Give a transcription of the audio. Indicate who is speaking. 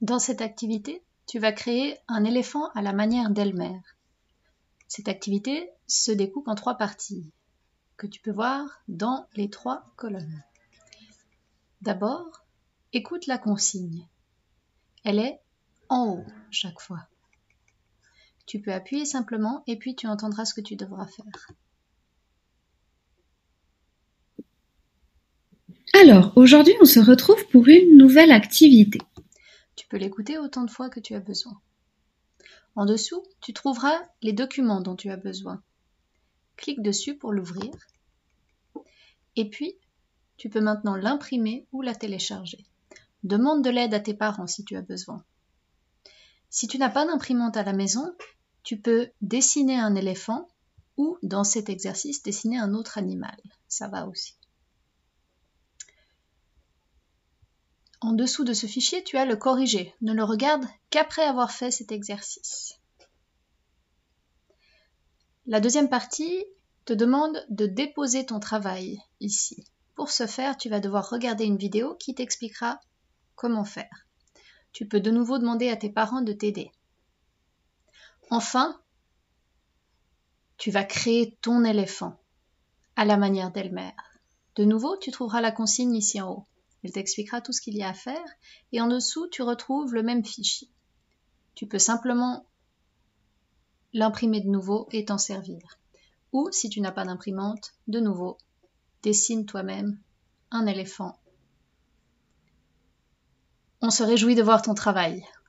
Speaker 1: Dans cette activité, tu vas créer un éléphant à la manière d'Elmer. Cette activité se découpe en 3 parties, que tu peux voir dans les 3 colonnes. D'abord, écoute la consigne. Elle est en haut chaque fois. Tu peux appuyer simplement et puis tu entendras ce que tu devras faire.
Speaker 2: Alors, aujourd'hui, on se retrouve pour une nouvelle activité.
Speaker 1: Tu peux l'écouter autant de fois que tu as besoin. En dessous, tu trouveras les documents dont tu as besoin. Clique dessus pour l'ouvrir. Et puis, tu peux maintenant l'imprimer ou la télécharger. Demande de l'aide à tes parents si tu as besoin. Si tu n'as pas d'imprimante à la maison, tu peux dessiner un éléphant ou, dans cet exercice, dessiner un autre animal. Ça va aussi. En dessous de ce fichier, tu as le corrigé. Ne le regarde qu'après avoir fait cet exercice. La deuxième partie te demande de déposer ton travail ici. Pour ce faire, tu vas devoir regarder une vidéo qui t'expliquera comment faire. Tu peux de nouveau demander à tes parents de t'aider. Enfin, tu vas créer ton éléphant à la manière d'Elmer. De nouveau, tu trouveras la consigne ici en haut. Elle t'expliquera tout ce qu'il y a à faire et en dessous, tu retrouves le même fichier. Tu peux simplement l'imprimer de nouveau et t'en servir. Ou, si tu n'as pas d'imprimante, de nouveau, dessine toi-même un éléphant. On se réjouit de voir ton travail.